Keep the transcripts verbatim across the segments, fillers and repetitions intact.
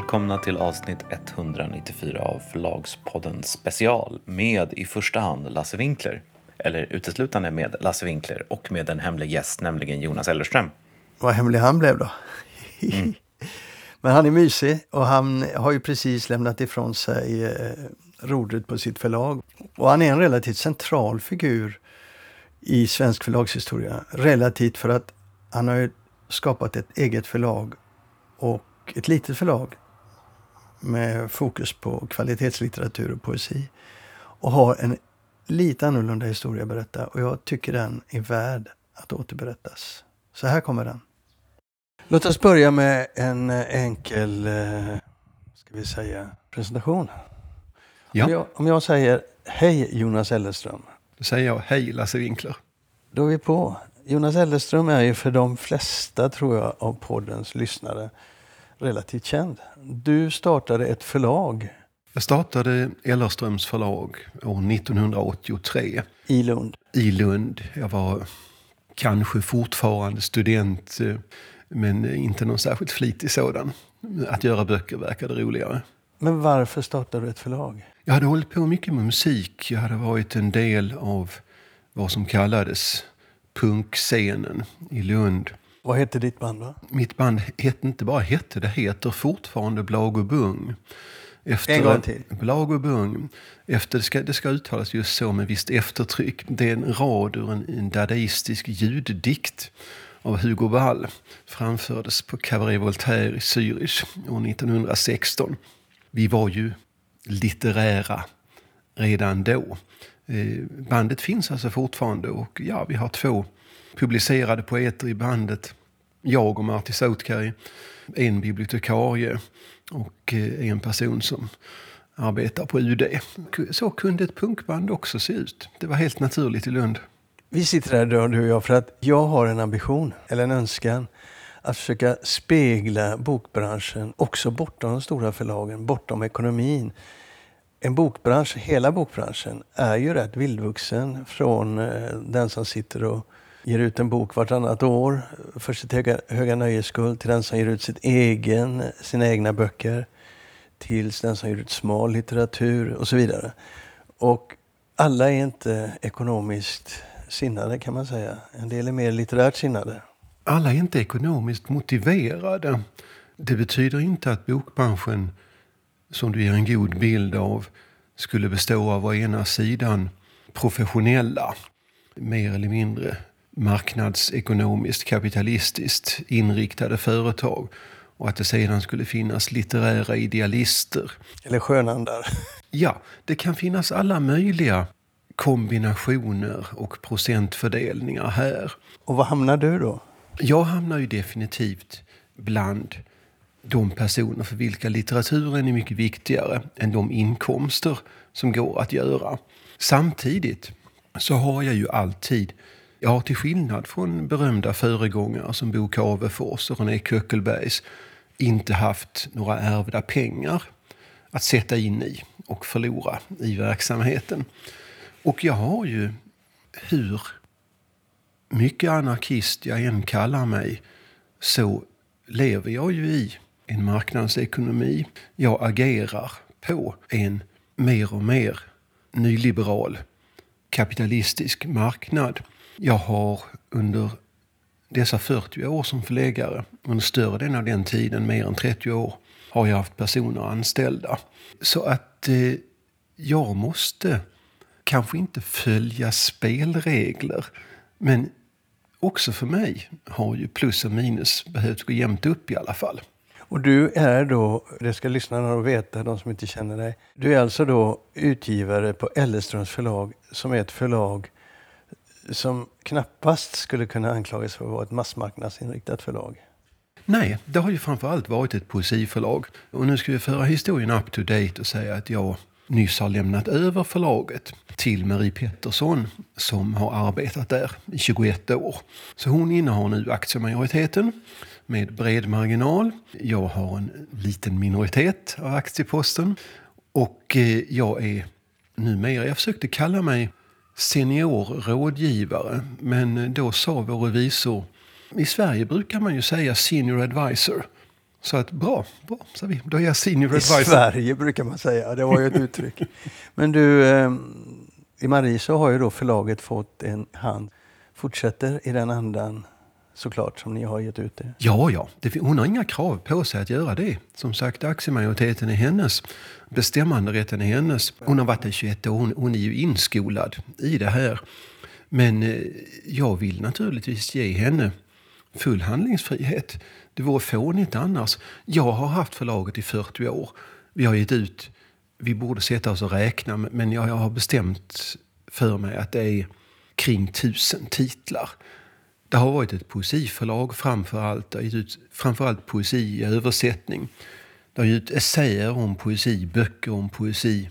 välkomna till avsnitt etthundranittiofyra av Förlagspodden special med i första hand Lasse Winkler, eller uteslutande med Lasse Winkler och med en hemlig gäst, nämligen Jonas Ellerström. Vad hemlig han blev då. Mm. Men han är mysig och han har ju precis lämnat ifrån sig eh, rodret på sitt förlag. Och han är en relativt central figur i svensk förlagshistoria. Relativt för att han har ju skapat ett eget förlag och ett litet förlag med fokus på kvalitetslitteratur och poesi. Och har en lite annorlunda historia att berätta. Och jag tycker den är värd att återberättas. Så här kommer den. Låt oss börja med en enkel, ska vi säga, presentation. Ja. Om, jag, om jag säger hej Jonas Ellerström. Då säger jag hej Lasse Winkler. Då är vi på. Jonas Ellerström är ju för de flesta, tror jag, av poddens lyssnare relativt känd. Du startade ett förlag. Jag startade Ellerströms förlag år nittonhundraåttiotre. I Lund. I Lund. Jag var kanske fortfarande student, men inte någon särskilt flitig sådan. Att göra böcker verkade roligare. Men varför startade du ett förlag? Jag hade hållit på mycket med musik. Jag hade varit en del av vad som kallades punkscenen i Lund. Vad hette ditt band då? Mitt band hette inte bara hette, det heter fortfarande Blag och Bung. Efter, en gång till. Blag och Bung. Efter, det, ska, det ska uttalas just så med visst eftertryck. Det är en rad ur en, en dadaistisk ljuddikt av Hugo Wall. Framfördes på Cabaret Voltaire i Zürich år nittonhundrasexton. Vi var ju litterära redan då. Eh, bandet finns alltså fortfarande och ja, vi har två publicerade poeter i bandet. Jag och Marty Sautkari, en bibliotekarie och eh, en person som arbetar på U D. Så kunde ett punkband också se ut. Det var helt naturligt i Lund. Vi sitter här då, du och jag, för att jag har en ambition, eller en önskan, att försöka spegla bokbranschen också bortom de stora förlagen, bortom ekonomin. En bokbransch, hela bokbranschen, är ju rätt vildvuxen från eh, den som sitter och ger ut en bok vartannat år för sitt höga, höga nöjeskull, till den som ger ut sitt egen, sina egna böcker, till den som ger ut smal litteratur och så vidare. Och alla är inte ekonomiskt sinnade, kan man säga. En del är mer litterärt sinnade. Alla är inte ekonomiskt motiverade. Det betyder inte att bokbranschen, som du ger en god bild av, skulle bestå av å ena sidan professionella, mer eller mindre marknadsekonomiskt, kapitalistiskt inriktade företag, och att det sedan skulle finnas litterära idealister. Eller skönandar. Ja, det kan finnas alla möjliga kombinationer och procentfördelningar här. Och vad hamnar du då? Jag hamnar ju definitivt bland de personer för vilka litteraturen är mycket viktigare än de inkomster som går att göra. Samtidigt så har jag ju alltid, jag har till skillnad från berömda föregångare som Bo Cavefors och René Köckelbergs, inte haft några ärvda pengar att sätta in i och förlora i verksamheten. Och jag har ju, hur mycket anarkist jag än kallar mig, så lever jag ju i en marknadsekonomi. Jag agerar på en mer och mer nyliberal kapitalistisk marknad. Jag har under dessa fyrtio år som förläggare, under större delen av den tiden, mer än trettio år, har jag haft personer anställda. Så att eh, jag måste kanske inte följa spelregler, men också för mig har ju plus och minus behövt gå jämnt upp i alla fall. Och du är då, det ska lyssnarna och veta, de som inte känner dig. Du är alltså då utgivare på Ellerströms förlag, som är ett förlag som knappast skulle kunna anklagas för att vara ett massmarknadsinriktat förlag. Nej, det har ju framförallt varit ett poesiförlag. Och nu ska vi föra historien up to date och säga att jag nyss har lämnat över förlaget till Marie Pettersson, som har arbetat där i tjugoett år. Så hon innehar nu aktiemajoriteten med bred marginal. Jag har en liten minoritet av aktieposten och jag är numera, jag försökte kalla mig senior rådgivare, men då sa vår revisor, i Sverige brukar man ju säga senior advisor. Så att bra, bra, sa vi. Då är jag senior I advisor. Sverige brukar man säga, det var ju ett uttryck. Men du, eh, i Marie så har ju då förlaget fått en hand. Fortsätter i den andan såklart som ni har gett ut det. Ja, ja. Det, hon har inga krav på sig att göra det. Som sagt, aktiemajoriteten är hennes. Bestämmanderätten är hennes. Hon har varit i tjugoett år. Hon, hon är ju inskolad i det här. Men eh, jag vill naturligtvis ge henne full handlingsfrihet. Det vore fånigt annars. Jag har haft förlaget i fyrtio år. Vi har gett ut, vi borde sätta oss och räkna, men jag, jag har bestämt för mig att det är kring tusen titlar. Det har varit ett poesiförlag framförallt. Det har gett ut framförallt poesi i översättning. Det har gett ut essäer om poesi, böcker om poesi.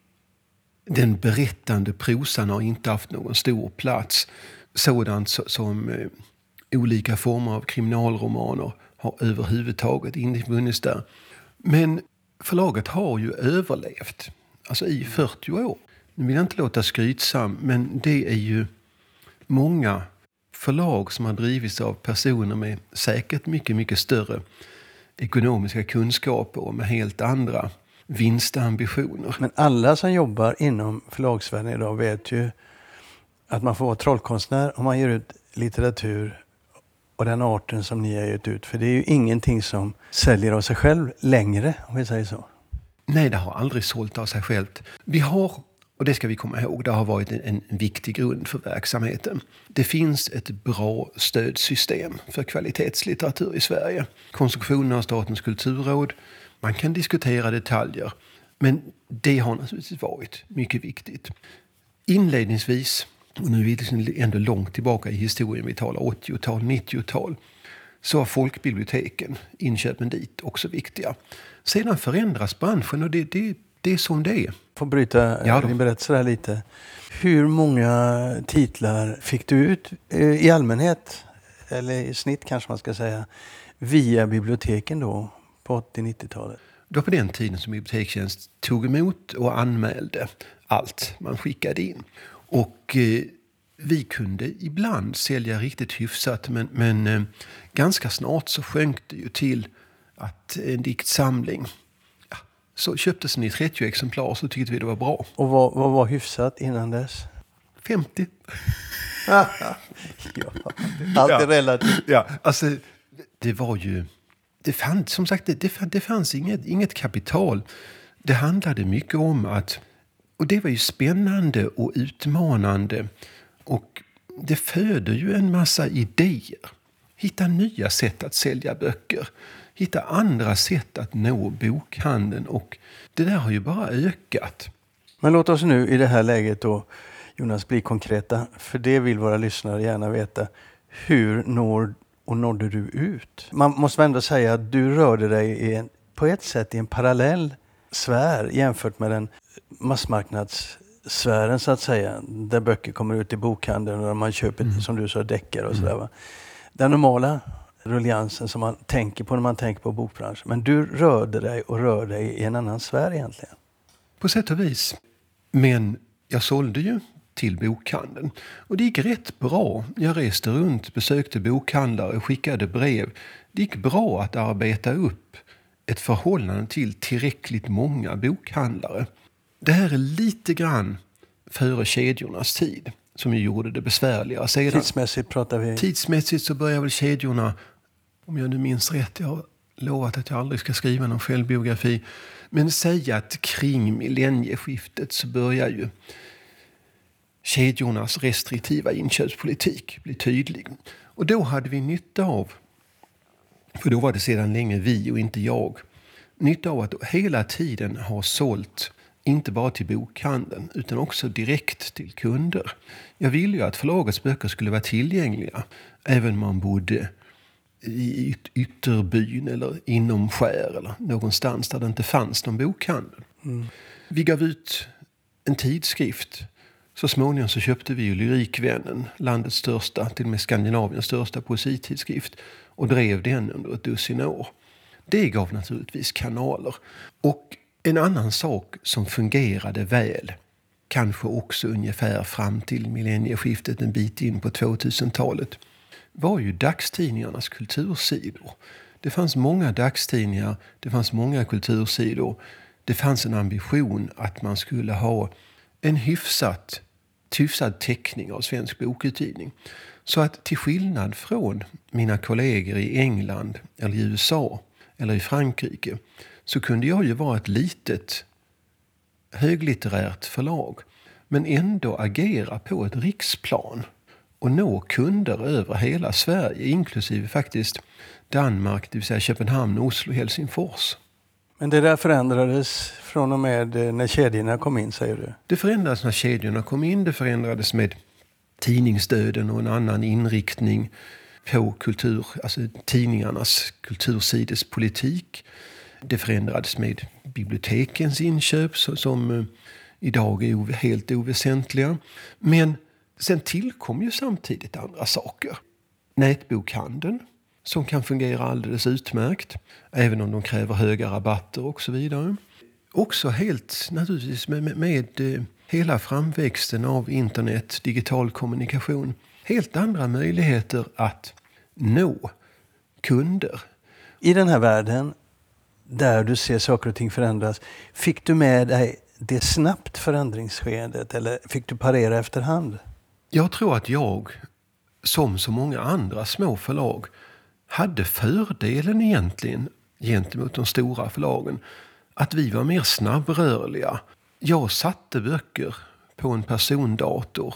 Den berättande prosan har inte haft någon stor plats. Sådant som eh, olika former av kriminalromaner har överhuvudtaget inte funnits där. Men förlaget har ju överlevt. Alltså i fyrtio år. Nu vill jag inte låta skrytsam, men det är ju många förlag som har drivits av personer med säkert mycket, mycket större ekonomiska kunskaper och med helt andra vinstambitioner. Men alla som jobbar inom förlagsvärlden idag vet ju att man får vara trollkonstnär om man ger ut litteratur och den arten som ni har gett ut. För det är ju ingenting som säljer av sig själv längre, om vi säger så. Nej, det har aldrig sålt av sig självt. Vi har, och det ska vi komma ihåg, det har varit en, en viktig grund för verksamheten. Det finns ett bra stödsystem för kvalitetslitteratur i Sverige. Konstruktionen av Statens kulturråd. Man kan diskutera detaljer, men det har naturligtvis varit mycket viktigt. Inledningsvis, och nu är vi liksom ändå långt tillbaka i historien, vi talar åttiotal, nittiotal, så var folkbiblioteken, inköpen dit, också viktiga. Sedan förändras branschen och det, det, det är som det är. Får bryta ja, din berättelse här lite. Hur många titlar fick du ut i allmänhet, eller i snitt kanske man ska säga, via biblioteken då på åttio-nittiotalet? Det var på den tiden som Bibliotekstjänst tog emot och anmälde allt man skickade in. Och eh, vi kunde ibland sälja riktigt hyfsat, men, men eh, ganska snart så sjönk det ju till att en diktsamling, ja, så köptes den i trettio exemplar, så tyckte vi det var bra. Och vad, vad var hyfsat innan dess? femtio. ja, allt är ja. relativt. Ja, alltså det var ju, det fanns, som sagt, det, det, fanns, det fanns inget, inget kapital. Det handlade mycket om att, och det var ju spännande och utmanande, och det föder ju en massa idéer. Hitta nya sätt att sälja böcker. Hitta andra sätt att nå bokhandeln, och det där har ju bara ökat. Men låt oss nu i det här läget då, Jonas, bli konkreta. För det vill våra lyssnare gärna veta. Hur når och nådde du ut? Man måste ändå säga att du rörde dig i en, på ett sätt i en parallell sfär jämfört med den massmarknadssfären så att säga. Där böcker kommer ut i bokhandeln och där man köper, mm. som du sa, deckare och mm. sådär va. Den normala rulliansen som man tänker på när man tänker på bokbranschen. Men du rörde dig och rör dig i en annan sfär egentligen. På sätt och vis. Men jag sålde ju till bokhandeln. Och det gick rätt bra. Jag reste runt, besökte bokhandlare och skickade brev. Det gick bra att arbeta upp ett förhållande till tillräckligt många bokhandlare. Det här är lite grann före kedjornas tid, som ju gjorde det besvärligare. Sedan, tidsmässigt pratar vi. Tidsmässigt så börjar väl kedjorna, om jag nu minns rätt, jag har lovat att jag aldrig ska skriva någon självbiografi, men säga att kring millennieskiftet så börjar ju kedjornas restriktiva inköpspolitik bli tydlig. Och då hade vi nytta av, för då var det sedan länge vi och inte jag, nytta av att hela tiden ha sålt inte bara till bokhandeln utan också direkt till kunder. Jag ville ju att förlagets böcker skulle vara tillgängliga även om man bodde i ytterbyn eller inom skär eller någonstans där det inte fanns någon bokhandel. Mm. Vi gav ut en tidskrift. Så småningom så köpte vi ju Lyrikvännen, landets största, till och med Skandinaviens största poesitidskrift, och drev den under ett dussin år. Det gav naturligtvis kanaler. Och en annan sak som fungerade väl, kanske också ungefär fram till millennieskiftet, en bit in på tvåtusentalet, var ju dagstidningarnas kultursidor. Det fanns många dagstidningar, det fanns många kultursidor. Det fanns en ambition att man skulle ha en hyfsat, hyfsad täckning av svensk bokutgivning. Så att till skillnad från mina kollegor i England eller i U S A eller i Frankrike så kunde jag ju vara ett litet höglitterärt förlag men ändå agera på ett riksplan och nå kunder över hela Sverige, inklusive faktiskt Danmark, det vill säga Köpenhamn, Oslo, Helsingfors. Men det där förändrades från och med när kedjorna kom in, säger du? Det förändrades när kedjorna kom in, det förändrades med tidningsstöden och en annan inriktning på kultur, alltså tidningarnas kultursidespolitik. Det förändrades med bibliotekens inköp som idag är helt oväsentliga. Men sen tillkom ju samtidigt andra saker. Nätbokhandeln som kan fungera alldeles utmärkt, även om de kräver höga rabatter och så vidare. Också helt naturligtvis med, med, med hela framväxten av internet, digital kommunikation. Helt andra möjligheter att nå kunder. I den här världen där du ser saker och ting förändras, fick du med dig det snabbt förändringsskedet eller fick du parera efterhand? Jag tror att jag, som så många andra små förlag, hade fördelen egentligen gentemot de stora förlagen att vi var mer snabbrörliga. Jag satte böcker på en persondator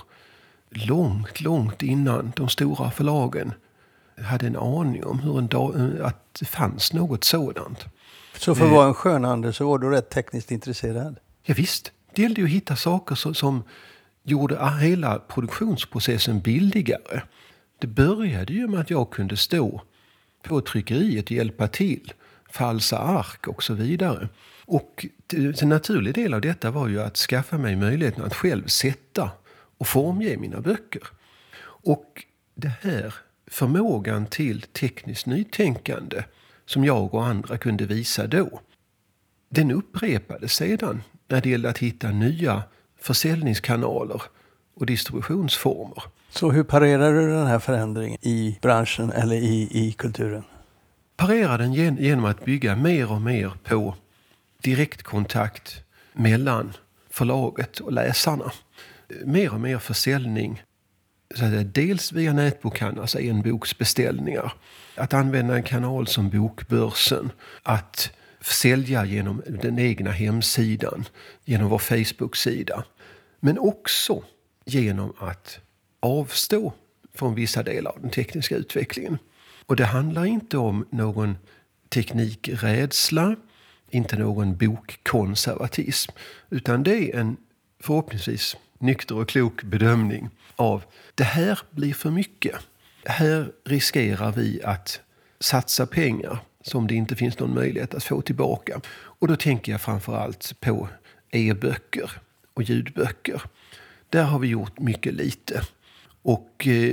långt, långt innan de stora förlagen hade en aning om hur en da- att det fanns något sådant. Så för att vara en skönande så var du rätt tekniskt intresserad? Ja, visst. Det gällde ju att hitta saker som, som gjorde hela produktionsprocessen billigare. Det började ju med att jag kunde stå på tryckeriet och hjälpa till, falsa ark och så vidare. Och en naturlig del av detta var ju att skaffa mig möjligheten att själv sätta och formge mina böcker. Och det här förmågan till tekniskt nytänkande som jag och andra kunde visa då, den upprepades sedan när det gällde att hitta nya försäljningskanaler och distributionsformer. Så hur parerar du den här förändringen i branschen eller i, i kulturen? Parerar den gen- genom att bygga mer och mer på direktkontakt mellan förlaget och läsarna. Mer och mer försäljning, så att det dels via nätbokhandeln, alltså enboksbeställningar. Att använda en kanal som Bokbörsen. Att sälja genom den egna hemsidan, genom vår Facebook-sida. Men också genom att avstå från vissa delar av den tekniska utvecklingen. Och det handlar inte om någon teknikrädsla, inte någon bokkonservatism, utan det är en förhoppningsvis nykter och klok bedömning av det här blir för mycket. Här riskerar vi att satsa pengar som det inte finns någon möjlighet att få tillbaka. Och då tänker jag framförallt på e-böcker och ljudböcker. Där har vi gjort mycket lite. Och eh,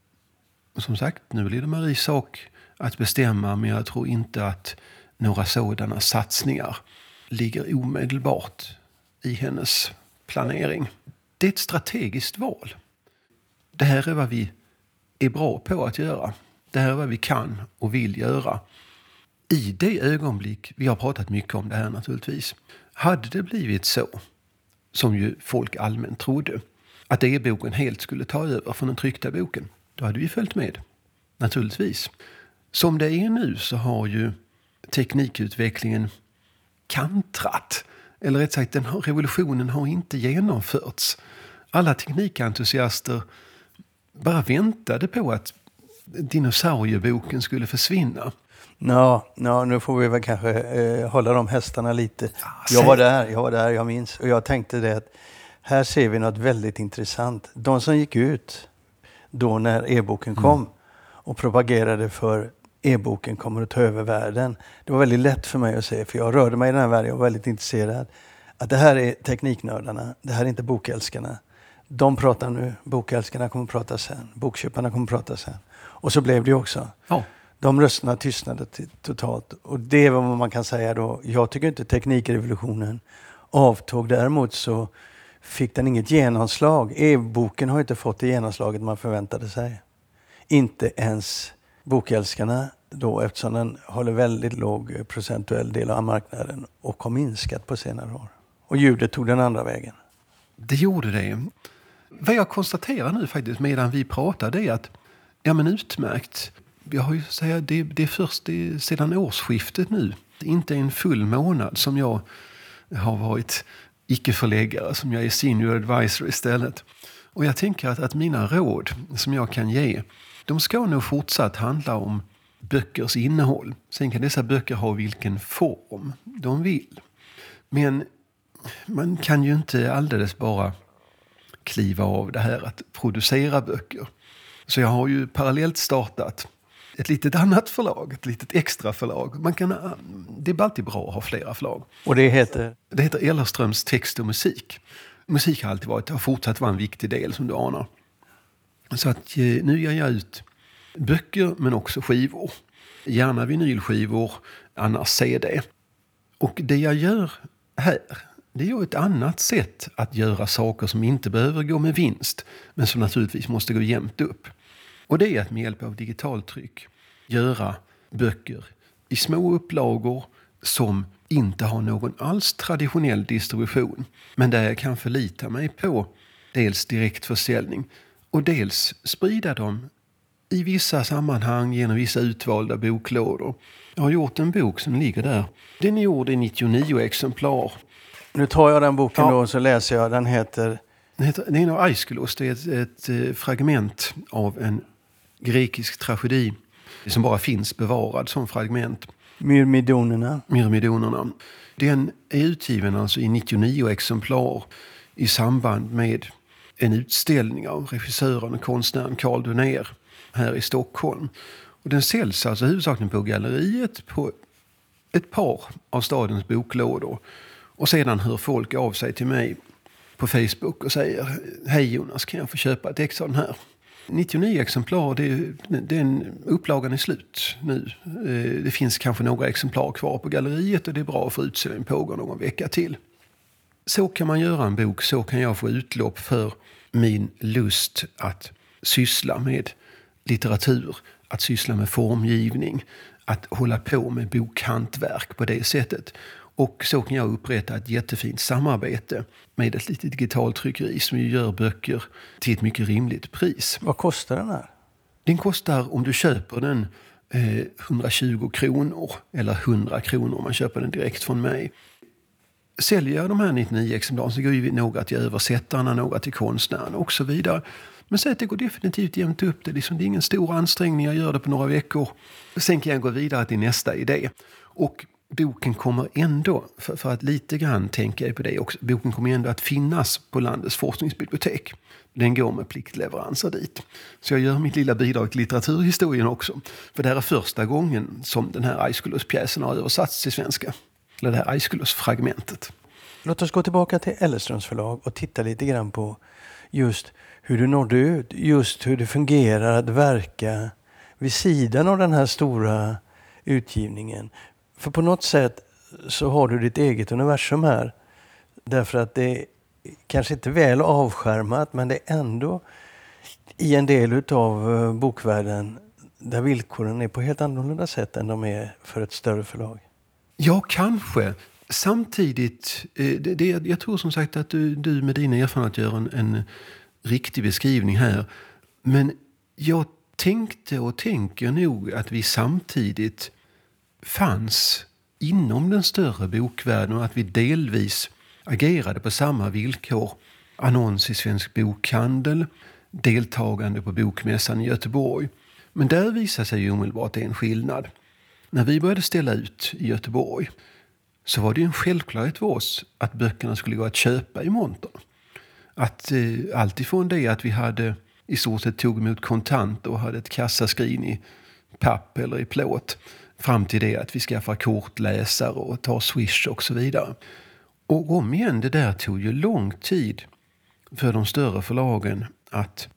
som sagt, nu blir det Maries sak att bestämma, men jag tror inte att några sådana satsningar ligger omedelbart i hennes planering. Det är ett strategiskt val. Det här är vad vi är bra på att göra. Det här är vad vi kan och vill göra. I det ögonblick, vi har pratat mycket om det här naturligtvis, hade det blivit så, som ju folk allmänt trodde, att e-boken helt skulle ta över från den tryckta boken, då hade vi följt med. Naturligtvis. Som det är nu så har ju teknikutvecklingen kantrat. Eller rätt sagt, den här revolutionen har inte genomförts. Alla teknikentusiaster bara väntade på att dinosaurieboken skulle försvinna. Ja, ja, nu får vi väl kanske eh, hålla de hästarna lite. Jag var där, jag var där, jag minns. Och jag tänkte det att här ser vi något väldigt intressant. De som gick ut då när e-boken kom mm. och propagerade för e-boken kommer att ta över världen. Det var väldigt lätt för mig att se, för jag rörde mig i den här världen, jag var väldigt intresserad. Att det här är tekniknördarna, det här är inte bokälskarna. De pratar nu, bokälskarna kommer att prata sen, bokköparna kommer att prata sen. Och så blev det också. Ja. De rösterna tystnade t- totalt. Och det är vad man kan säga då. Jag tycker inte teknikrevolutionen avtog. Däremot så fick den inget genomslag. E-boken har inte fått det genomslaget man förväntade sig. Inte ens bokälskarna då eftersom den håller väldigt låg procentuell del av marknaden och har minskat på senare år. Och ljudet tog den andra vägen. Det gjorde det. Vad jag konstaterar nu faktiskt medan vi pratar, det är att ja, men utmärkt. Jag har ju säga det, det är först det, sedan årsskiftet nu. Inte en full månad som jag har varit icke-förläggare, som jag är senior advisor istället. Och jag tänker att, att mina råd som jag kan ge, de ska nog fortsatt handla om böckers innehåll. Sen kan dessa böcker ha vilken form de vill. Men man kan ju inte alldeles bara kliva av det här att producera böcker. Så jag har ju parallellt startat ett litet annat förlag, ett litet extra förlag. Man kan, det är alltid bra att ha flera förlag. Och det heter? Det heter Ellerströms text och musik. Musik har alltid varit, har fortsatt vara en viktig del som du anar. Så att nu ger jag ut böcker men också skivor. Gärna vinylskivor, annars C D. Och det jag gör här, det är ju ett annat sätt att göra saker som inte behöver gå med vinst, men som naturligtvis måste gå jämnt upp. Och det är att med hjälp av digitaltryck göra böcker i små upplagor som inte har någon alls traditionell distribution, men där jag kan förlita mig på dels direktförsäljning och dels sprida dem i vissa sammanhang genom vissa utvalda boklådor. Jag har gjort en bok som ligger där. Den är gjord i nittionio exemplar. Nu tar jag den boken ja. då och så läser jag. Den heter? Den heter den är av Aeschylus. Det är ett, ett fragment av en grekisk tragedi som bara finns bevarad som fragment. Myrmidonerna. Myrmidonerna. Den är utgiven alltså i nittionio exemplar i samband med en utställning av regissören och konstnären Carl Dunér här i Stockholm. Och den säljs alltså huvudsakligen på galleriet på ett par av stadens boklådor. Och sedan hör folk av sig till mig på Facebook och säger: hej Jonas, kan jag få köpa ett ex av den här? nittionio exemplar, det, den upplagan är slut nu. Det finns kanske några exemplar kvar på galleriet och det är bra för utställningen pågår någon vecka till. Så kan man göra en bok, så kan jag få utlopp för min lust att syssla med litteratur, att syssla med formgivning, att hålla på med bokhantverk på det sättet. Och så kan jag upprätta ett jättefint samarbete med ett litet digitaltryckeri som gör böcker till ett mycket rimligt pris. Vad kostar den här? Den kostar, om du köper den, eh, hundratjugo kronor eller hundra kronor om man köper den direkt från mig. Säljer jag de här nittionio exemplaren så går ju några till översättarna, några till konstnären och så vidare. Men så att det går definitivt jämnt upp. Det är, liksom, det är ingen stor ansträngning, jag gör det på några veckor. Sen kan jag gå vidare till nästa idé. Och boken kommer ändå, för, för att lite grann tänka på det också, boken kommer ändå att finnas på landets forskningsbibliotek. Den går med pliktleveranser dit. Så jag gör mitt lilla bidrag till litteraturhistorien också. För det här är första gången som den här Aeschylus-pjäsen har översatts till svenska. Eller det här Aeschylus-fragmentet. Låt oss gå tillbaka till Ellerströms förlag och titta lite grann på just hur du nådde ut. Just hur det fungerar att verka vid sidan av den här stora utgivningen. För på något sätt så har du ditt eget universum här. Därför att det är kanske inte väl avskärmat, men det är ändå i en del av bokvärlden där villkoren är på helt annorlunda sätt än de är för ett större förlag. Ja, kanske. Samtidigt, det, det, jag tror som sagt att du, du med dina erfarenheter gör en, en riktig beskrivning här. Men jag tänkte och tänker nog att vi samtidigt fanns inom den större bokvärlden och att vi delvis agerade på samma villkor. Annons i Svensk Bokhandel, deltagande på Bokmässan i Göteborg. Men där visar sig ju omedelbart en skillnad. När vi började ställa ut i Göteborg så var det en självklarhet för oss att böckerna skulle gå att köpa i montern. Att eh, alltifrån det att vi hade i stort sett tog emot kontant och hade ett kassaskrin i papp eller i plåt fram till det att vi skaffar kortläsare och tar Swish och så vidare. Och om igen, det där tog ju lång tid för de större förlagen att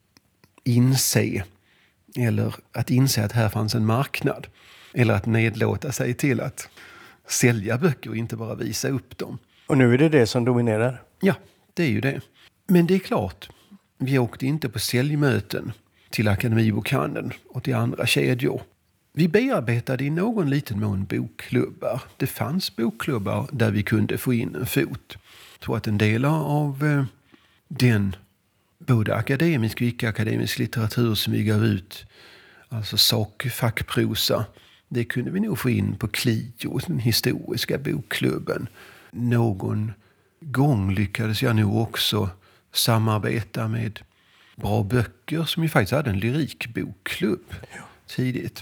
inse eller att inse att här fanns en marknad eller att nedlåta sig till att sälja böcker och inte bara visa upp dem. Och nu är det det som dominerar? Ja, det är ju det. Men det är klart, vi åkte inte på säljmöten till Akademibokhandeln och till andra kedjor. Vi bearbetade i någon liten mån bokklubbar. Det fanns bokklubbar där vi kunde få in en fot. Jag tror att en del av eh, den både akademisk och icke-akademisk litteratur som vi gav ut, alltså sakfackprosa, det kunde vi nog få in på Clio, den historiska bokklubben. Någon gång lyckades jag nog också samarbeta med Bra böcker som ju faktiskt hade en lyrikbokklubb ja. tidigt.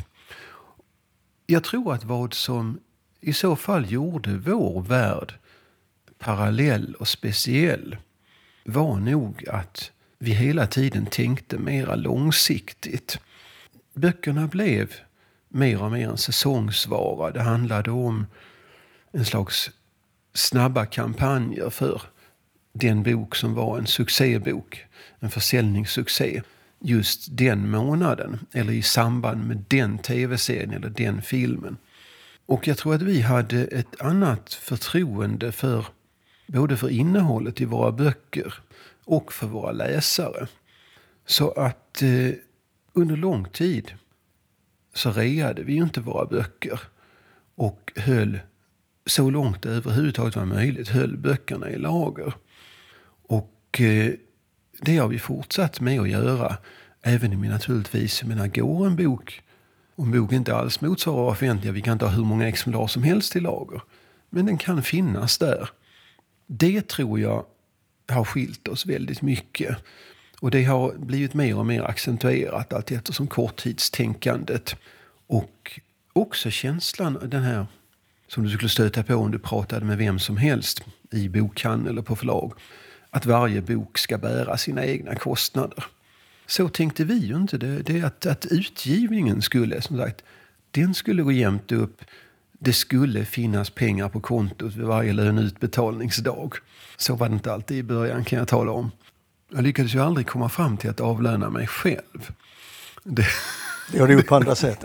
Jag tror att vad som i så fall gjorde vår värld parallell och speciell var nog att vi hela tiden tänkte mera långsiktigt. Böckerna blev mer och mer en säsongsvara. Det handlade om en slags snabba kampanjer för den bok som var en succébok, en försäljningssuccé just den månaden eller i samband med den tv-serien eller den filmen. Och jag tror att vi hade ett annat förtroende för både för innehållet i våra böcker och för våra läsare. Så att eh, under lång tid så reade vi ju inte våra böcker och höll så långt det överhuvudtaget var möjligt, höll böckerna i lager. Och eh, det har vi fortsatt med att göra. Även om vi naturligtvis, jag menar, går en bok, om boken inte alls motsvarar vad förväntningar, vi kan inte ha hur många exemplar som helst i lager. Men den kan finnas där. Det tror jag har skilt oss väldigt mycket. Och det har blivit mer och mer accentuerat allt eftersom korttidstänkandet och också känslan, den här som du skulle stöta på om du pratade med vem som helst i bokhandel eller på förlag, att varje bok ska bära sina egna kostnader. Så tänkte vi ju inte. Det, det är att, att utgivningen skulle, som sagt, den skulle gå jämnt upp. Det skulle finnas pengar på kontot vid varje löneutbetalningsdag. Så var det inte alltid i början, kan jag tala om. Jag lyckades ju aldrig komma fram till att avlöna mig själv. Det, det har du gjort på andra sätt.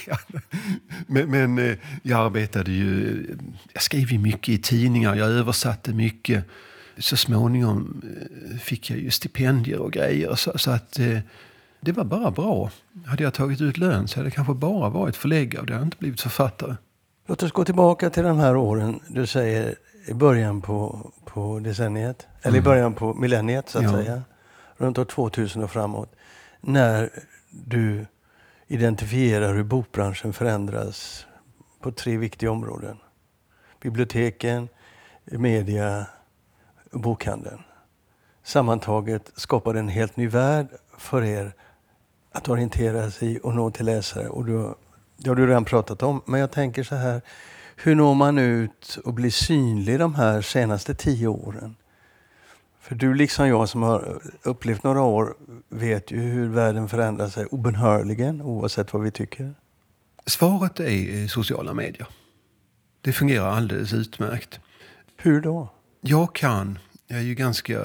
men, men jag arbetade ju, jag skrev ju mycket i tidningar, jag översatte mycket. Så småningom fick jag ju stipendier och grejer. Så, så att det var bara bra. Hade jag tagit ut lön så hade det kanske bara varit förläggare och det hade inte blivit författare. Låt oss gå tillbaka till de här åren. Du säger i början på, på decenniet. Mm. Eller i början på millenniet så att ja. säga. Runt år tvåtusen och framåt. När du identifierar hur bokbranschen förändras på tre viktiga områden. Biblioteken, media och bokhandeln. Sammantaget skapar en helt ny värld för er att orientera sig och nå till läsare. Och du, det har du redan pratat om. Men jag tänker så här. Hur når man ut och blir synlig de här senaste tio åren? För du liksom jag som har upplevt några år vet ju hur världen förändrar sig obönhörligen oavsett vad vi tycker. Svaret är sociala medier. Det fungerar alldeles utmärkt. Hur då? Jag kan, jag är ju ganska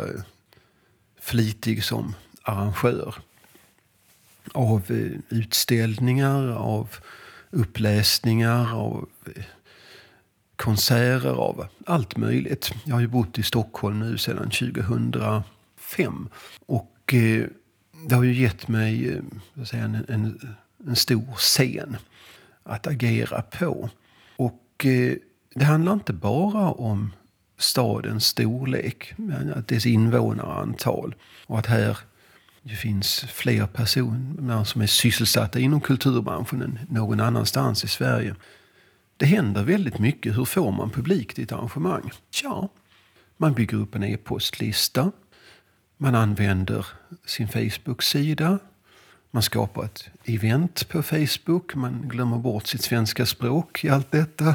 flitig som arrangör av utställningar, av uppläsningar, av konserter, av allt möjligt. Jag har ju bott i Stockholm nu sedan tjugohundrafem och eh, det har ju gett mig vad säger, en, en, en stor scen att agera på. Och eh, det handlar inte bara om stadens storlek, att dess invånarantal och att här det finns fler personer som är sysselsatta inom kulturbranschen än någon annanstans i Sverige. Det händer väldigt mycket. Hur får man publik till ett arrangemang? Ja, man bygger upp en e-postlista. Man använder sin Facebook-sida. Man skapar ett event på Facebook. Man glömmer bort sitt svenska språk i allt detta.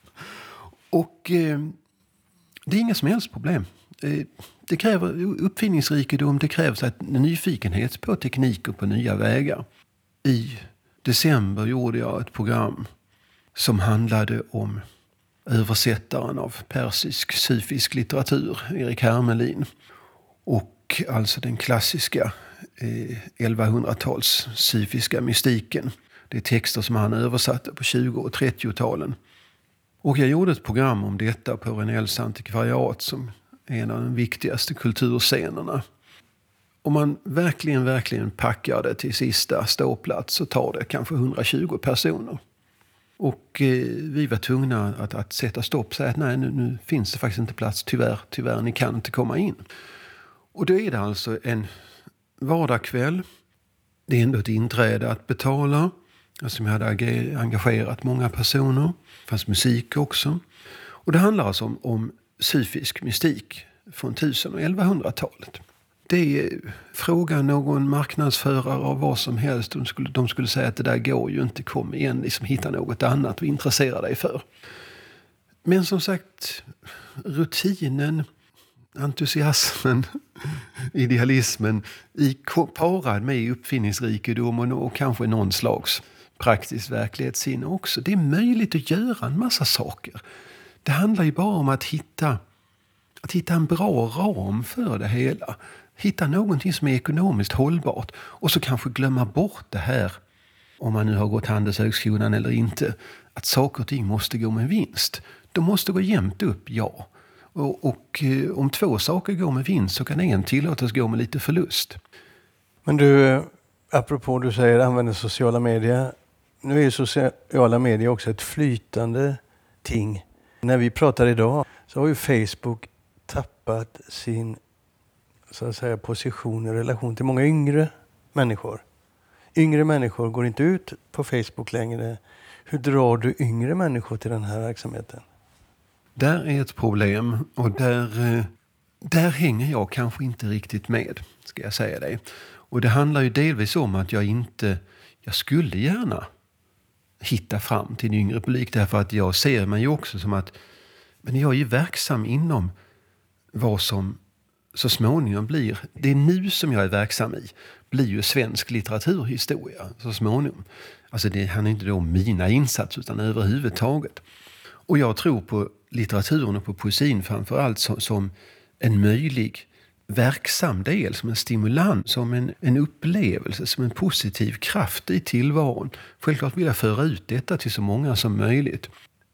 Och eh, det är inga som helst problem. Eh, det kräver uppfinningsrikedom. Det krävs en nyfikenhet på teknik och på nya vägar. I december gjorde jag ett program som handlade om översättaren av persisk sufisk litteratur, Erik Hermelin. Och alltså den klassiska eh, elvahundratals sufiska mystiken. Det är texter som han översatte på tjugo- och trettio-talen. Och jag gjorde ett program om detta på Renells antikvariat som är en av de viktigaste kulturscenerna. om man verkligen, verkligen packar det till sista ståplats så tar det kanske hundratjugo personer. Och eh, vi var tvungna att, att sätta stopp och säga att nej, nu, nu finns det faktiskt inte plats. Tyvärr, tyvärr, ni kan inte komma in. Och då är det alltså en vardagskväll. Det är ändå ett inträde att betala. Alltså jag hade engagerat många personer. Det fanns musik också. Och det handlar alltså om, om psyfisk mystik från tusen- och elvahundratalet. Det är fråga någon marknadsförare av vad som helst. De skulle, de skulle säga att det där går ju inte, kom igen, liksom hitta något annat och intressera dig för. Men som sagt, rutinen, entusiasmen, idealismen i parad med uppfinningsrikedomen och kanske någon slags praktisk verklighetssinne också. Det är möjligt att göra en massa saker. Det handlar ju bara om att hitta, att hitta en bra ram för det hela. Hitta någonting som är ekonomiskt hållbart och så kanske glömma bort det här, om man nu har gått Handelshögskolan eller inte, att saker och ting måste gå med vinst. De måste gå jämnt upp, ja. Och, och om två saker går med vinst så kan en tillåtas gå med lite förlust. Men du, apropå du säger använder sociala medier. Nu är ju sociala medier också ett flytande ting. När vi pratar idag så har ju Facebook tappat sin, så att säga, position i relation till många yngre människor. Yngre människor går inte ut på Facebook längre. Hur drar du yngre människor till den här verksamheten? Där är ett problem och där, där hänger jag kanske inte riktigt med, ska jag säga dig. Och det handlar ju delvis om att jag inte, jag skulle gärna hitta fram till en yngre publik, därför att jag ser mig ju också som att, men jag är ju verksam inom vad som så småningom blir, det är nu som jag är verksam i, blir ju svensk litteraturhistoria så småningom. Alltså det handlar inte då om mina insatser utan överhuvudtaget. Och jag tror på litteraturen och på poesin framförallt som, som en möjlig verksam del, som en stimulans, som en, en upplevelse, som en positiv kraft i tillvaron. Självklart vill jag föra ut detta till så många som möjligt.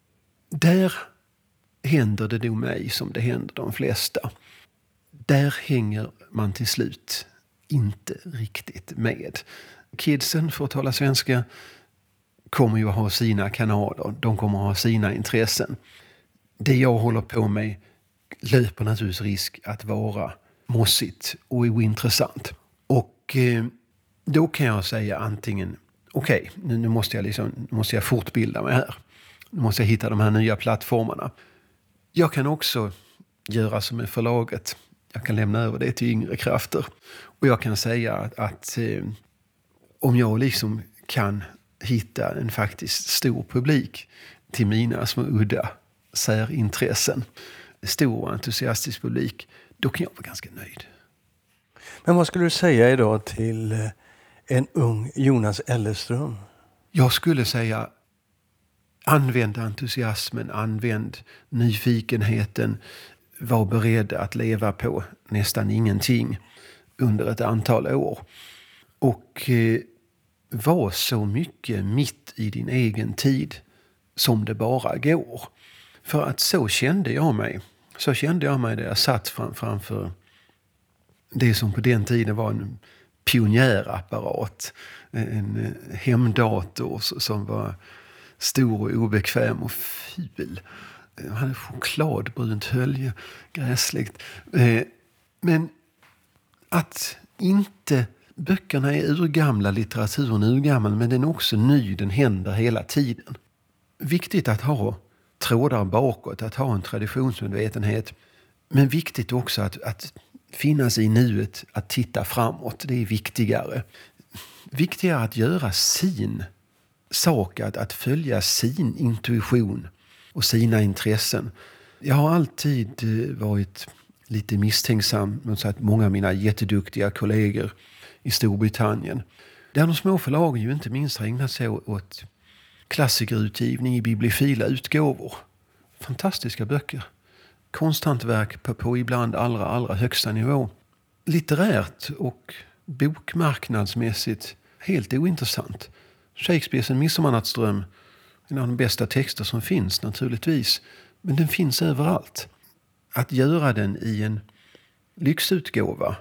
Där händer det nog mig som det händer de flesta. Där hänger man till slut inte riktigt med. Kidsen, för att tala svenska, kommer ju att ha sina kanaler. De kommer att ha sina intressen. Det jag håller på med löper naturligtvis risk att vara mossigt och ointressant. Och eh, då kan jag säga antingen, okej, okay, nu, nu, måste jag liksom, nu måste jag fortbilda mig här. Nu måste jag hitta de här nya plattformarna. Jag kan också göra som med förlaget. Jag kan lämna över det till yngre krafter. Och jag kan säga att, att eh, om jag liksom kan hitta en faktiskt stor publik till mina små udda särintressen, stor och entusiastisk publik, då kan jag vara ganska nöjd. Men vad skulle du säga idag till en ung Jonas Ellerström? Jag skulle säga, använd entusiasmen, använd nyfikenheten, var beredd att leva på nästan ingenting under ett antal år. Och eh, var så mycket mitt i din egen tid som det bara går. För att så kände jag mig. Så kände jag mig när jag satt fram, framför det som på den tiden var en pionjärapparat. En hemdator som var stor och obekväm och ful. Jag hade chokladbrunt hölje, gräsligt. Men att inte... Böckerna är urgamla, litteraturen är urgammal, men den är också ny, den händer hela tiden. Viktigt att ha trådar bakåt, att ha en traditionsmedvetenhet. Men viktigt också att, att finnas i nuet, att titta framåt. Det är viktigare. Viktigare att göra sin sak, att, att följa sin intuition och sina intressen. Jag har alltid varit lite misstänksam mot att många av mina jätteduktiga kollegor i Storbritannien, där de små förlagen ju inte minst har ägnat sig åt klassikerutgivning i bibliofila utgåvor. Fantastiska böcker. Konsthantverk på, på ibland allra, allra högsta nivå. Litterärt och bokmarknadsmässigt helt ointressant. Shakespeares En midsommarnattsdröm, en av de bästa texter som finns naturligtvis. Men den finns överallt. Att göra den i en lyxutgåva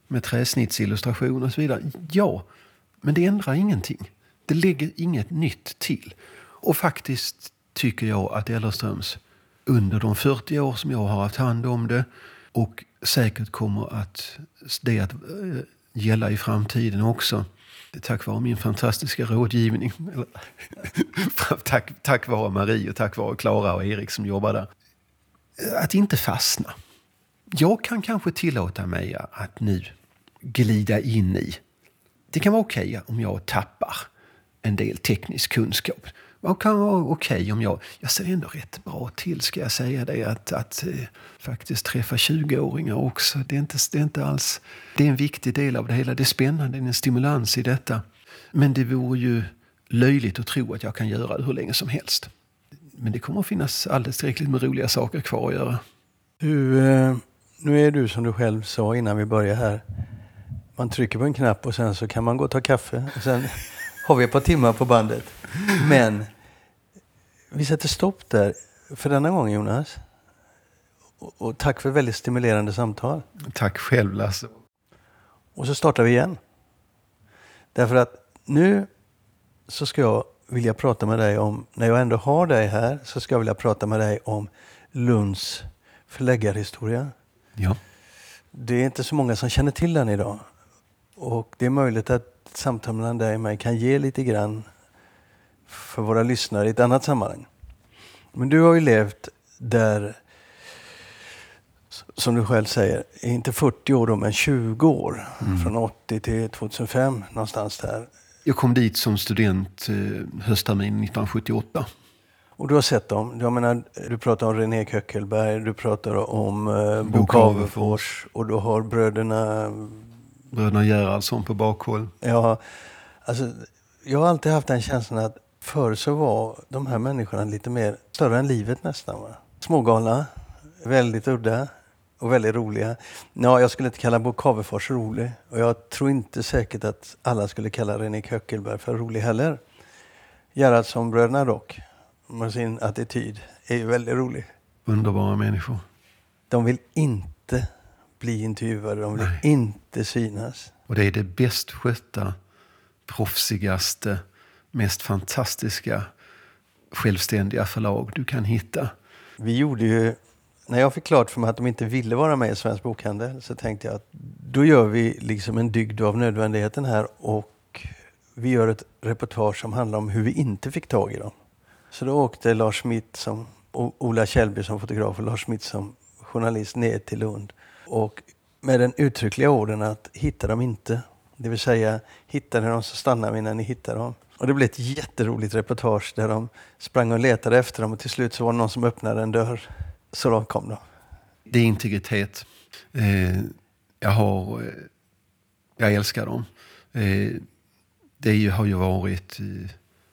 med träsnittsillustrationer och så vidare. Ja, men det ändrar ingenting. Det lägger inget nytt till. Och faktiskt tycker jag att Ellerströms under de fyrtio år som jag har haft hand om det och säkert kommer att det att gälla i framtiden också. Tack vare min fantastiska rådgivning. tack, tack vare Marie och tack vare Klara och Erik som jobbar där. Att inte fastna. Jag kan kanske tillåta mig att nu glida in i. Det kan vara okej okay om jag tappar en del teknisk kunskap. Det kan vara okej okay om jag... Jag ser ändå rätt bra till, ska jag säga det. Att, att eh, faktiskt träffa tjugoåringar också. Det är, inte, det är inte alls... Det är en viktig del av det hela. Det är spännande, det är en stimulans i detta. Men det vore ju löjligt att tro att jag kan göra det hur länge som helst. Men det kommer att finnas alldeles tillräckligt med roliga saker kvar att göra. Du, eh, nu är du som du själv sa innan vi börjar här. Man trycker på en knapp och sen så kan man gå och ta kaffe. Och sen har vi ett par timmar på bandet. Men vi sätter stopp där för denna gång, Jonas. Och, och tack för väldigt stimulerande samtal. Tack själv, Lasse. Och så startar vi igen. Därför att nu så ska jag vilja prata med dig om, när jag ändå har dig här, så ska jag vilja prata med dig om Lunds förläggarhistoria. Ja. Det är inte så många som känner till den idag. Och det är möjligt att samtal mellan dig och mig kan ge lite grann för våra lyssnare i ett annat sammanhang. Men du har ju levt där, som du själv säger, inte fyrtio år då, men tjugo år. Mm. Från åttio till tjugohundrafem, någonstans där. Jag kom dit som student eh, hösttermin nittonhundrasjuttioåtta. Och du har sett dem. Jag menar, du pratar om René Köckelberg, du pratar om eh, Bo Cavefors och du har bröderna... Bröderna Gerhardsson på bakhåll. Ja, alltså jag har alltid haft den känslan att förr så var de här människorna lite mer större än livet nästan. Va? Smågalna, väldigt udda och väldigt roliga. Ja, jag skulle inte kalla Bo Cavefors rolig. Och jag tror inte säkert att alla skulle kalla René Köckelberg för rolig heller. Gerhardsson-bröderna dock, med sin attityd, är ju väldigt rolig. Underbara människor. De vill inte bli intervjuade, de vill Nej. inte synas. Och det är det bäst skötta, proffsigaste, mest fantastiska, självständiga förlag du kan hitta. Vi gjorde ju, när jag fick klart för mig att de inte ville vara med i Svensk Bokhandel, så tänkte jag att då gör vi liksom en dygd av nödvändigheten här och vi gör ett reportage som handlar om hur vi inte fick tag i dem. Så då åkte Lars Schmidt som, och Ola Kjellby som fotograf och Lars Schmidt som journalist ner till Lund. Och med den uttryckliga orden att hitta dem inte. Det vill säga, hittar ni dem så stannar vi när ni hittar dem. Och det blev ett jätteroligt reportage där de sprang och letade efter dem. Och till slut så var det någon som öppnade en dörr. Så långt kom de. Det är integritet. Eh, jag har... Eh, jag älskar dem. Eh, det är ju, har ju varit eh,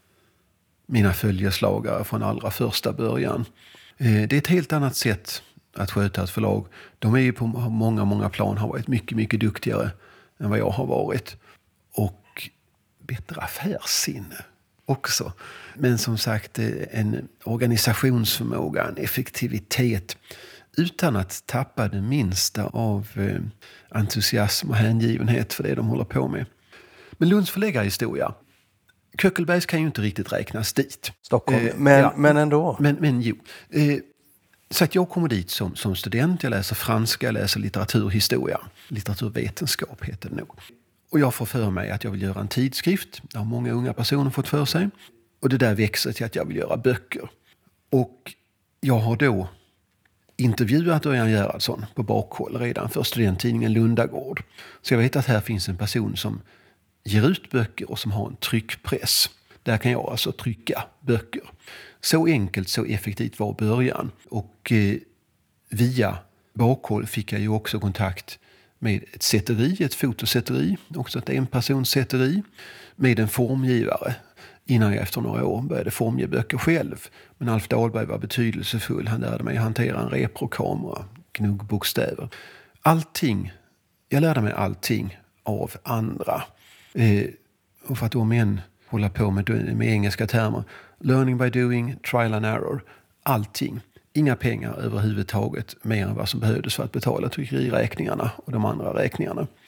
mina följeslagare från allra första början. Eh, det är ett helt annat sätt att sköta ett förlag. De är ju på många, många plan har varit mycket, mycket duktigare än vad jag har varit. Och bättre affärssinne också. Men som sagt, en organisationsförmåga, en effektivitet utan att tappa det minsta av entusiasm och hängivenhet för det de håller på med. Men Lunds förläggarhistoria, Köckelbergs kan ju inte riktigt räknas dit. Stockholm, eh, men, ja, men ändå. Men, men jo. Eh, Så att jag kommer dit som, som student, jag läser franska, jag läser litteraturhistoria. Litteraturvetenskap heter det nog. Och jag får för mig att jag vill göra en tidskrift. Det har många unga personer fått för sig. Och det där växer till att jag vill göra böcker. Och jag har då intervjuat Örjan Gerhardsson på bakhåll redan för studenttidningen Lundagård. Så jag vet att här finns en person som ger ut böcker och som har en tryckpress. Där kan jag alltså trycka böcker. Så enkelt, så effektivt var början. Och eh, via bakhåll fick jag ju också kontakt med ett sätteri, ett fotosätteri, också ett enpersonssätteri, med en formgivare. Innan jag efter några år började formge böcker själv. Men Alf Dahlberg var betydelsefull. Han lärde mig hantera en reprokamera, gnuggbokstäver. Allting, jag lärde mig allting av andra. Eh, och för att om en hålla på med, med engelska termer. Learning by doing, trial and error. Allting. Inga pengar överhuvudtaget mer än vad som behövdes för att betala tryckeriräkningarna och de andra räkningarna.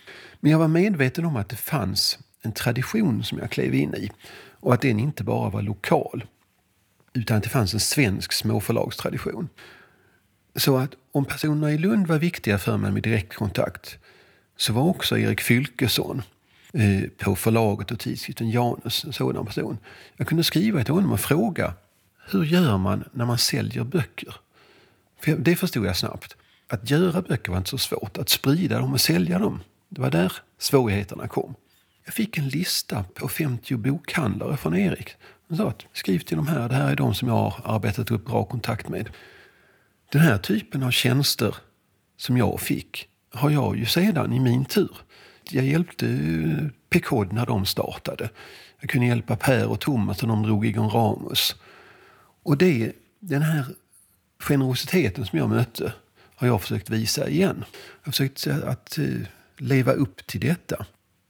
Men jag var medveten om att det fanns en tradition som jag klev in i. Och att den inte bara var lokal, utan att det fanns en svensk småförlagstradition. Så att om personerna i Lund var viktiga för mig med direktkontakt, så var också Erik Fylkesson eh, på förlaget och tidskriften Janus en sådan person. Jag kunde skriva till honom och fråga, hur gör man när man säljer böcker? För det förstod jag snabbt. Att göra böcker var inte så svårt. Att sprida dem och sälja dem, det var där svårigheterna kom. Jag fick en lista på femtio bokhandlare från Erik. Han sa att skriv till de här, det här är de som jag har arbetat upp bra kontakt med. Den här typen av tjänster som jag fick har jag ju sedan i min tur. Jag hjälpte P K D när de startade. Jag kunde hjälpa Per och Thomas när de drog igång Ramus. Och det, den här generositeten som jag mötte har jag försökt visa igen. Jag har försökt att leva upp till detta.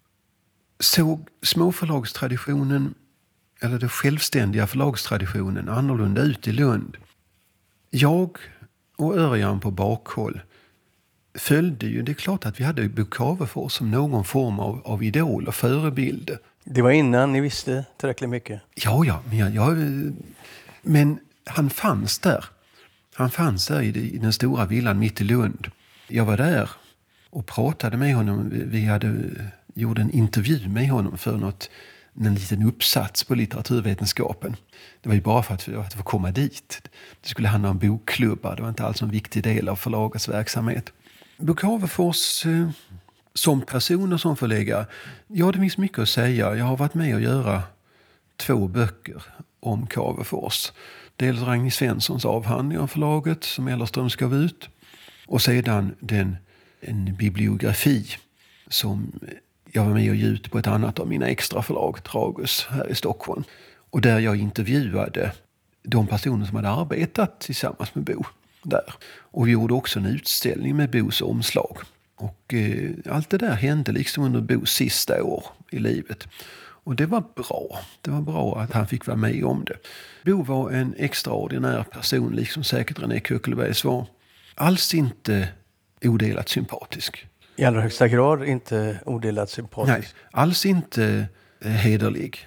Såg småförlagstraditionen, eller den självständiga förlagstraditionen, annorlunda ut i Lund. Jag och Örjan på bakhåll följde ju, det är klart att vi hade Bo Cavefors som någon form av, av idol och förebild. Det var innan ni visste tillräckligt mycket. Ja, ja, men, jag, jag, men han fanns där. Han fanns där i, i den stora villan mitt i Lund. Jag var där och pratade med honom. Vi hade gjort en intervju med honom för något, en liten uppsats på litteraturvetenskapen. Det var ju bara för att, för att få komma dit. Det skulle handla om bokklubbar. Det var inte alls en viktig del av förlagets verksamhet. Bo Cavefors eh, som person och som förläggare, ja, det finns mycket att säga. Jag har varit med och göra två böcker om Cavefors. Dels Ragnhild Svenssons avhandling om förlaget som Ellerströms gav ut. Och sedan den, en bibliografi som jag var med och ge ut på ett annat av mina extra förlag, Tragus, här i Stockholm. Och där jag intervjuade de personer som hade arbetat tillsammans med Bo där. Och vi gjorde också en utställning med Bos omslag. Och eh, allt det där hände liksom under Bos sista år i livet. Och det var bra. Det var bra att han fick vara med om det. Bo var en extraordinär person, liksom säkert René Kuckelbergs var. Alls inte odelat sympatisk. I allra högsta grad inte odelat sympatisk. Nej, alls inte eh, hederlig.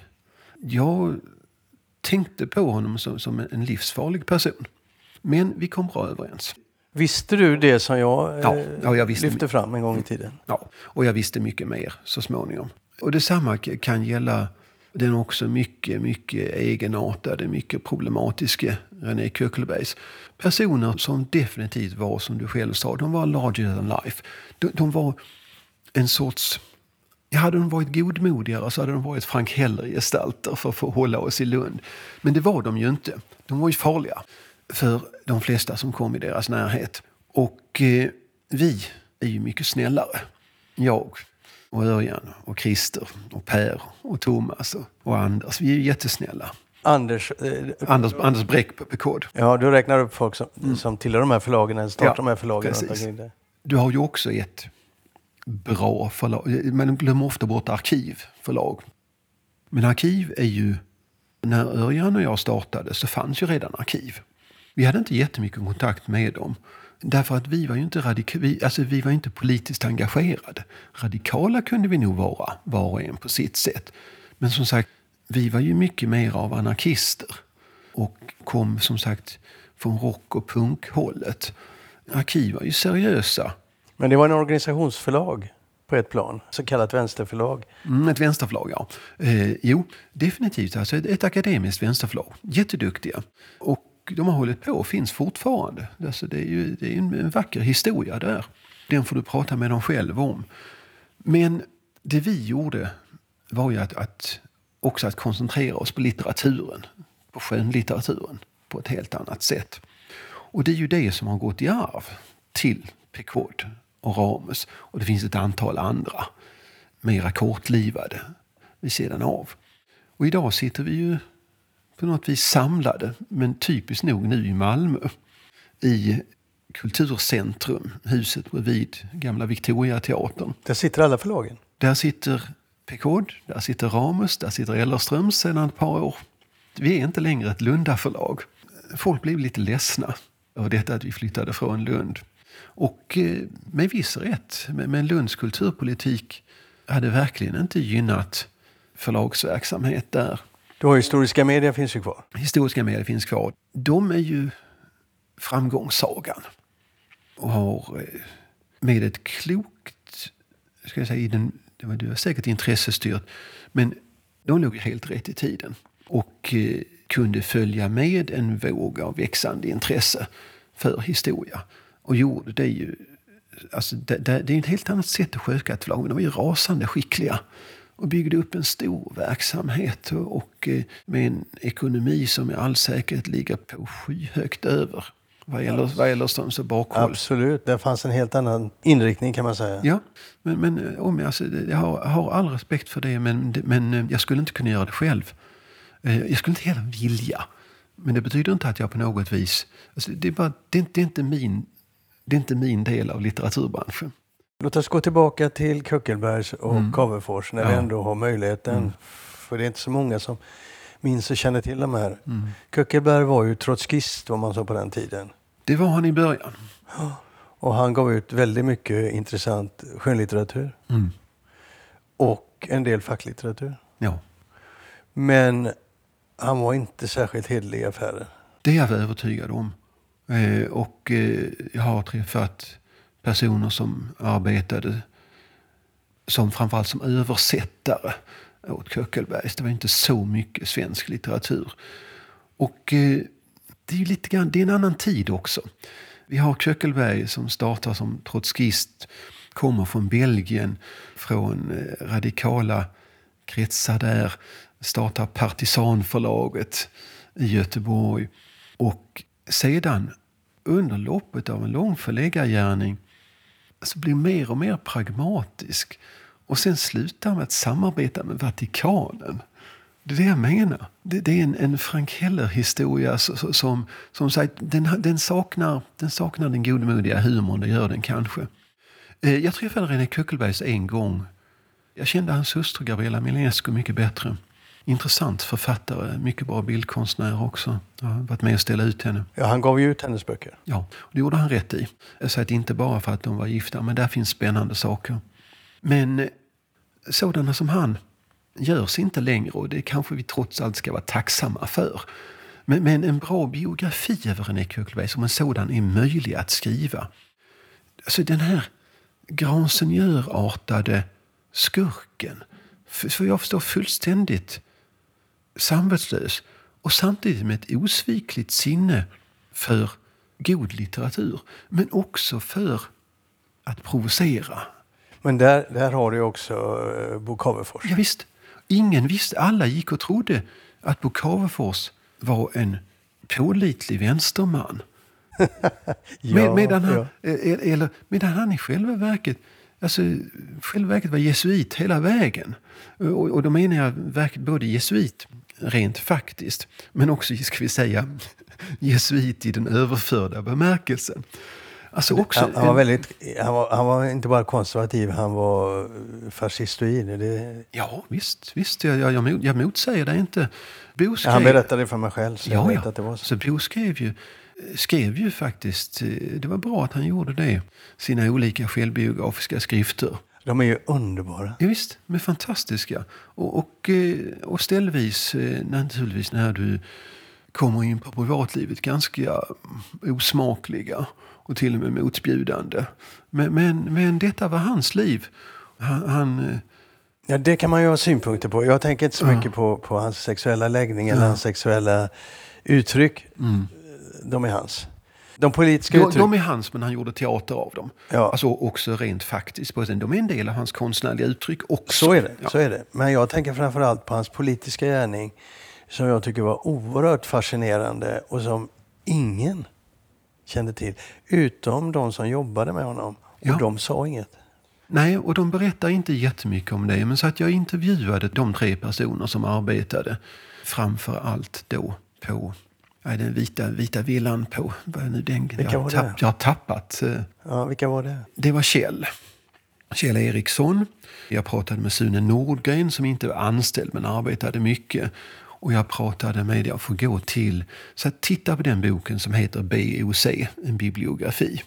Jag tänkte på honom som, som en livsfarlig person. Men vi kom bra överens. Visste du det som jag, eh, ja, ja, jag visste lyfte fram en gång i tiden? Ja, och jag visste mycket mer så småningom. Och detsamma kan gälla den också mycket, mycket egenartade, mycket problematiska René Kuckelbergs. Personer som definitivt var, som du själv sa, de var larger than life. De, de var en sorts... Ja, hade de varit godmodigare så hade de varit Frank Heller-gestalter för att få hålla oss i Lund. Men det var de ju inte. De var ju farliga för de flesta som kom i deras närhet. Och eh, vi är ju mycket snällare. Jag och Örjan och Christer och Per och Thomas och, och Anders. Vi är ju jättesnälla. Anders, eh, Anders, Anders Bräck på P K D. Ja, du räknar upp folk som, Mm. som tillhör de här förlagen eller startar Ja, de här förlagen. precis. Du har ju också ett bra förlag. Man glömmer ofta bort arkivförlag. Men arkiv är ju... När Örjan och jag startade så fanns ju redan arkiv. Vi hade inte jättemycket kontakt med dem. Därför att vi var ju inte, radika- vi, alltså vi var inte politiskt engagerade. Radikala kunde vi nog vara, var och en på sitt sätt. Men som sagt, vi var ju mycket mer av anarkister. Och kom som sagt från rock- och punkhållet. Arkiv var ju seriösa. Men det var en organisationsförlag på ett plan, så kallat vänsterförlag. Mm, ett vänsterförlag, ja. Eh, jo, definitivt. Alltså ett, ett akademiskt vänsterförlag. Jätteduktiga. Och de har hållit på och finns fortfarande. Alltså det är ju det är en, en vacker historia där. Den får du prata med dem själv om. Men det vi gjorde var ju att, att också att koncentrera oss på litteraturen. På skönlitteraturen. På ett helt annat sätt. Och det är ju det som har gått i arv till P K D och Ramus. Och det finns ett antal andra mera kortlivade vid sidan av. Och idag sitter vi ju på något vis samlade, men typiskt nog nu i Malmö, i Kulturcentrum, huset bredvid gamla Victoria-teatern. Där sitter alla förlagen. Där sitter P K D, där sitter Ramus, där sitter Ellerströms sedan ett par år. Vi är inte längre ett Lundaförlag. Folk blev lite ledsna över detta att vi flyttade från Lund. Och eh, med viss rätt. Men Lunds kulturpolitik hade verkligen inte gynnat förlagsverksamhet där. Då historiska media finns ju kvar. Historiska medier finns kvar. De är ju framgångssagan. Och har eh, med ett klokt, ska jag säga, i den, det var, det var säkert intressestyrt, men de låg helt rätt i tiden. Och eh, kunde följa med en våg av växande intresse för historia. Och gjorde det ju, alltså det, det, det är ett helt annat sätt att sköta ett förlag. De var ju rasande skickliga. Och byggde upp en stor verksamhet och, och med en ekonomi som med all säkerhet ligger på skyhögt över vad gäller, vad gäller stånds och bakhåll. Absolut, det fanns en helt annan inriktning kan man säga. Ja, men, men om jag, alltså, jag har, har all respekt för det, men, men jag skulle inte kunna göra det själv. Jag skulle inte heller vilja. Men det betyder inte att jag på något vis, alltså, det, är bara, det, är, det, är inte min, det är inte min del av litteraturbranschen. Låt oss gå tillbaka till Kuckelbergs och mm. Cavefors när ja. vi ändå har möjligheten. Mm. För det är inte så många som minns och känner till de här. Mm. Kuckelberg var ju trotskist, om man sa på den tiden. Det var han i början. Och han gav ut väldigt mycket intressant skönlitteratur. Mm. Och en del facklitteratur. Ja. Men han var inte särskilt hederlig i affärer. Det är jag övertygad om. Eh, och eh, jag har träffat personer som arbetade som framförallt som översättare åt Kuckelbergs. Det var inte så mycket svensk litteratur. Och eh, det är ju lite grann, det är en annan tid också. Vi har Kuckelberg som startar som trotskist, kommer från Belgien, från eh, radikala kretsar där, startar Partisanförlaget i Göteborg och sedan under loppet av en lång förläggargärning så blir mer och mer pragmatisk och sen slutar med att samarbeta med Vatikanen. Det är det jag menar. Det, det är en, en Frank Heller-historia som, som, som sagt, den, den, saknar, den saknar den godmodiga humorn, det gör den kanske. Eh, jag träffade René Kuckelbergs en gång. Jag kände hans hustru Gabriella Milenescu mycket bättre. Intressant författare, mycket bra bildkonstnär också. Jag har varit med och ställa ut henne. Ja, han gav ju ut hennes böcker. Ja, och det gjorde han rätt i. Jag säger att inte bara för att de var gifta, men där finns spännande saker. Men sådana som han görs inte längre och det kanske vi trots allt ska vara tacksamma för. Men, men en bra biografi över René Kuckelberg som en sådan är möjlig att skriva. Alltså den här Grand-Seigneur-artade skurken. För, för jag förstår fullständigt samvetslös och samtidigt med ett osvikligt sinne för god litteratur. Men också för att provocera. Men där, där har du också uh, Bo Cavefors. Ja, visst. Ingen visste, alla gick och trodde att Bo Cavefors var en pålitlig vänsterman. ja, Med, medan, han, ja. eller, medan han i själva verket, alltså, själva verket var jesuit hela vägen. Och, och då menar jag verket både jesuit rent faktiskt, men också, ska vi säga, jesuit i den överförda bemärkelsen. Alltså också han, han, var väldigt, han, var, han var inte bara konservativ, han var fascistoid. Det... Ja, visst. visst jag, jag, jag, jag motsäger det inte. Bo skrev... Han berättade det för mig själv. Så ja, jag vet ja. att det var så. Så Bo skrev ju, skrev ju faktiskt, det var bra att han gjorde det, sina olika självbiografiska skrifter. De är ju underbara. Ja, visst, de är fantastiska. Och, och, och ställvis, naturligtvis när du kommer in på privatlivet, ganska osmakliga och till och med motbjudande. Men, men, men detta var hans liv. Han, han, ja, det kan man ju ha synpunkter på. Jag tänker inte så ja. mycket på, på hans sexuella läggning eller ja. hans sexuella uttryck. Mm. De är hans. De politiska de, uttryck... de är hans, men han gjorde teater av dem. Ja. Alltså också rent faktiskt. De är en del av hans konstnärliga uttryck också. Så är det, ja. så är det. Men jag tänker framförallt på hans politiska gärning som jag tycker var oerhört fascinerande och som ingen kände till. Utom de som jobbade med honom. Och ja. de sa inget. Nej, och de berättar inte jättemycket om det. Men så att jag intervjuade de tre personer som arbetade framför allt då på ja, den vita, vita villan på... Vad är nu den, vilka jag, var tapp, det? jag har tappat... Ja, vilka var det? Det var Kjell. Kjell Eriksson. Jag pratade med Sune Nordgren som inte var anställd men arbetade mycket. Och jag pratade med, jag får gå till, så att titta på den boken som heter B O C, en bibliografi.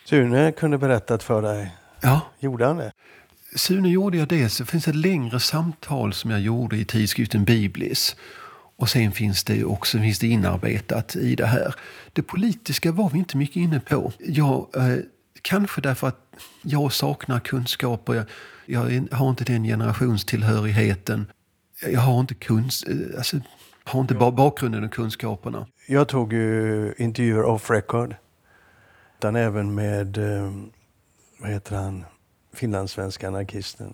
Sune kunde berättat för dig. Ja. Gjorde han det? Sune gjorde jag det. Så finns ett längre samtal som jag gjorde i tidskriften Biblis. Och sen finns det också finns det inarbetat i det här. Det politiska var vi inte mycket inne på. Jag, eh, kanske därför att jag saknar kunskaper. Jag, jag har inte den generationstillhörigheten. Jag har inte kunst, alltså, har inte bara bakgrunden och kunskaperna. Jag tog ju intervjuer off record. Utan även med, eh, vad heter han, finlandssvenska anarkisten.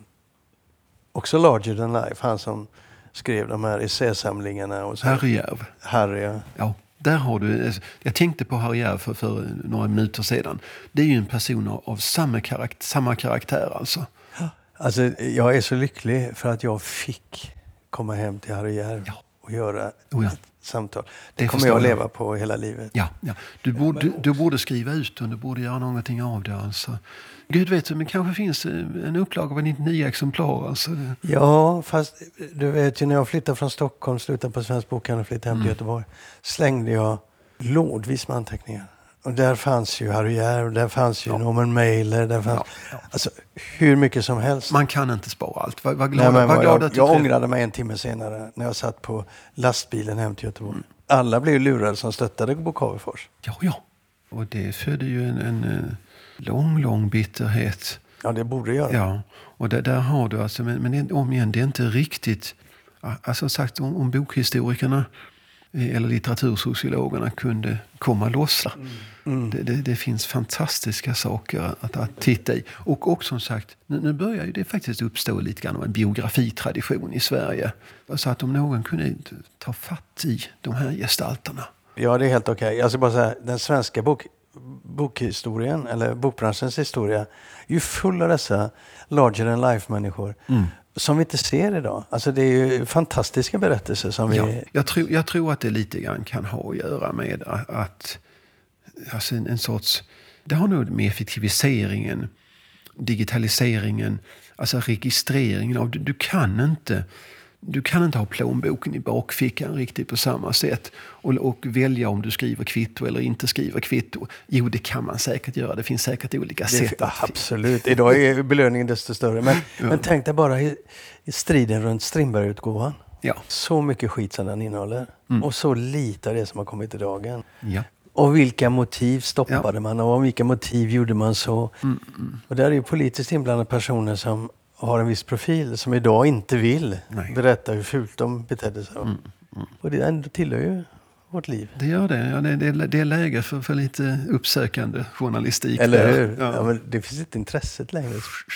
Också larger than life, han som skrev de här essäsamlingarna. Och så. Harryjärv. Harry, ja. Ja, där har du, jag tänkte på Harryjärv för, för några minuter sedan. Det är ju en person av, av samma, karakt, samma karaktär alltså. Alltså jag är så lycklig för att jag fick komma hem till Harryjärv ja. och göra oh ja. ett samtal. Det, det kommer jag att leva jag. på hela livet. Ja, ja. Du, borde, du, du borde skriva ut och du borde göra någonting av det alltså. Gud vet, men kanske finns en upplaga av nittionio exemplar alltså. Ja, fast du vet ju när jag flyttade från Stockholm, slutade på Svensk Bokhandel och flyttade hem till mm. Göteborg, slängde jag lådvis med anteckningar. Och där fanns ju Harryjärv, där fanns ju ja. Norman Mailer, där fanns ja, ja. Alltså, hur mycket som helst. Man kan inte spara allt. Var, var glad, Nej, var var glad jag, att du jag ångrade mig en timme senare när jag satt på lastbilen hem till Göteborg. Mm. Alla blev lurade som stöttade Bo Cavefors. Ja, ja. Och det födde ju en, en, en lång, lång bitterhet. Ja, det borde göra. Ja, och där, där har du alltså, men, men om igen, det är inte riktigt, alltså sagt om, om bokhistorikerna eller litteratursociologerna kunde komma loss. Mm. Mm. Det, det, det finns fantastiska saker att, att titta i. Och också som sagt, nu, nu börjar ju det faktiskt uppstå lite grann av en biografitradition i Sverige. Så att om någon kunde ta fatt i de här gestalterna. Ja, det är helt okej. Okay. Jag ska bara säga, den svenska bok, bokhistorien, eller bokbranschens historia, är ju full av dessa larger than life-människor. Mm. Som vi inte ser idag. Alltså det är ju fantastiska berättelser som vi... Ja, jag, tror, jag tror att det lite grann kan ha att göra med att, att alltså en, en sorts... Det har nog med effektiviseringen, digitaliseringen, alltså registreringen av... Du, du kan inte... Du kan inte ha plånboken i bakfickan riktigt på samma sätt och, och välja om du skriver kvitto eller inte skriver kvitto. Jo, det kan man säkert göra. Det finns säkert olika det, sätt. Att... Absolut. Idag är belöningen desto större. Men, ja. men tänk dig bara i, i striden runt Strindberg-utgåvan. Ja. Så mycket skit som den innehåller. Mm. Och så lite av det som har kommit i dagen. Ja. Och vilka motiv stoppade ja. man och vilka motiv gjorde man så. Mm, mm. Och där är ju politiskt inblandade personer som har en viss profil som idag inte vill Nej. berätta hur fult de betedde sig. Mm, mm. Och det ändå tillhör ju vårt liv. Det gör det. Ja, det, det, det är läge för, för lite uppsökande journalistik. Eller hur? Ja. Ja, men det finns inte intresset längre.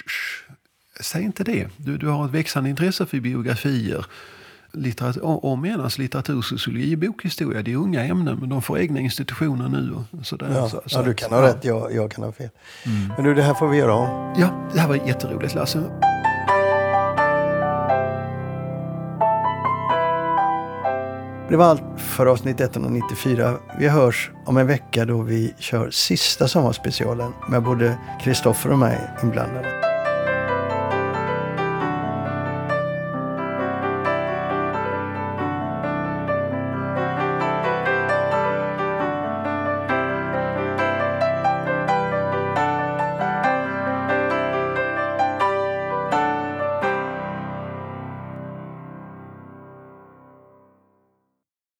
Säg inte det. Du, du har ett växande intresse för biografier. Litteratur, om menas litteratursociologi, bokhistoria, det är unga ämnen, men de får egna institutioner nu och sådär. Ja, så, så, ja du kan ha rätt, jag, jag kan ha fel. Mm. Men du, det här får vi göra om. Ja, det här var jätteroligt, Lasse. Det var allt för avsnitt etthundranittiofyra. Vi hörs om en vecka då vi kör sista sommarspecialen med både Kristoffer och mig inblandade.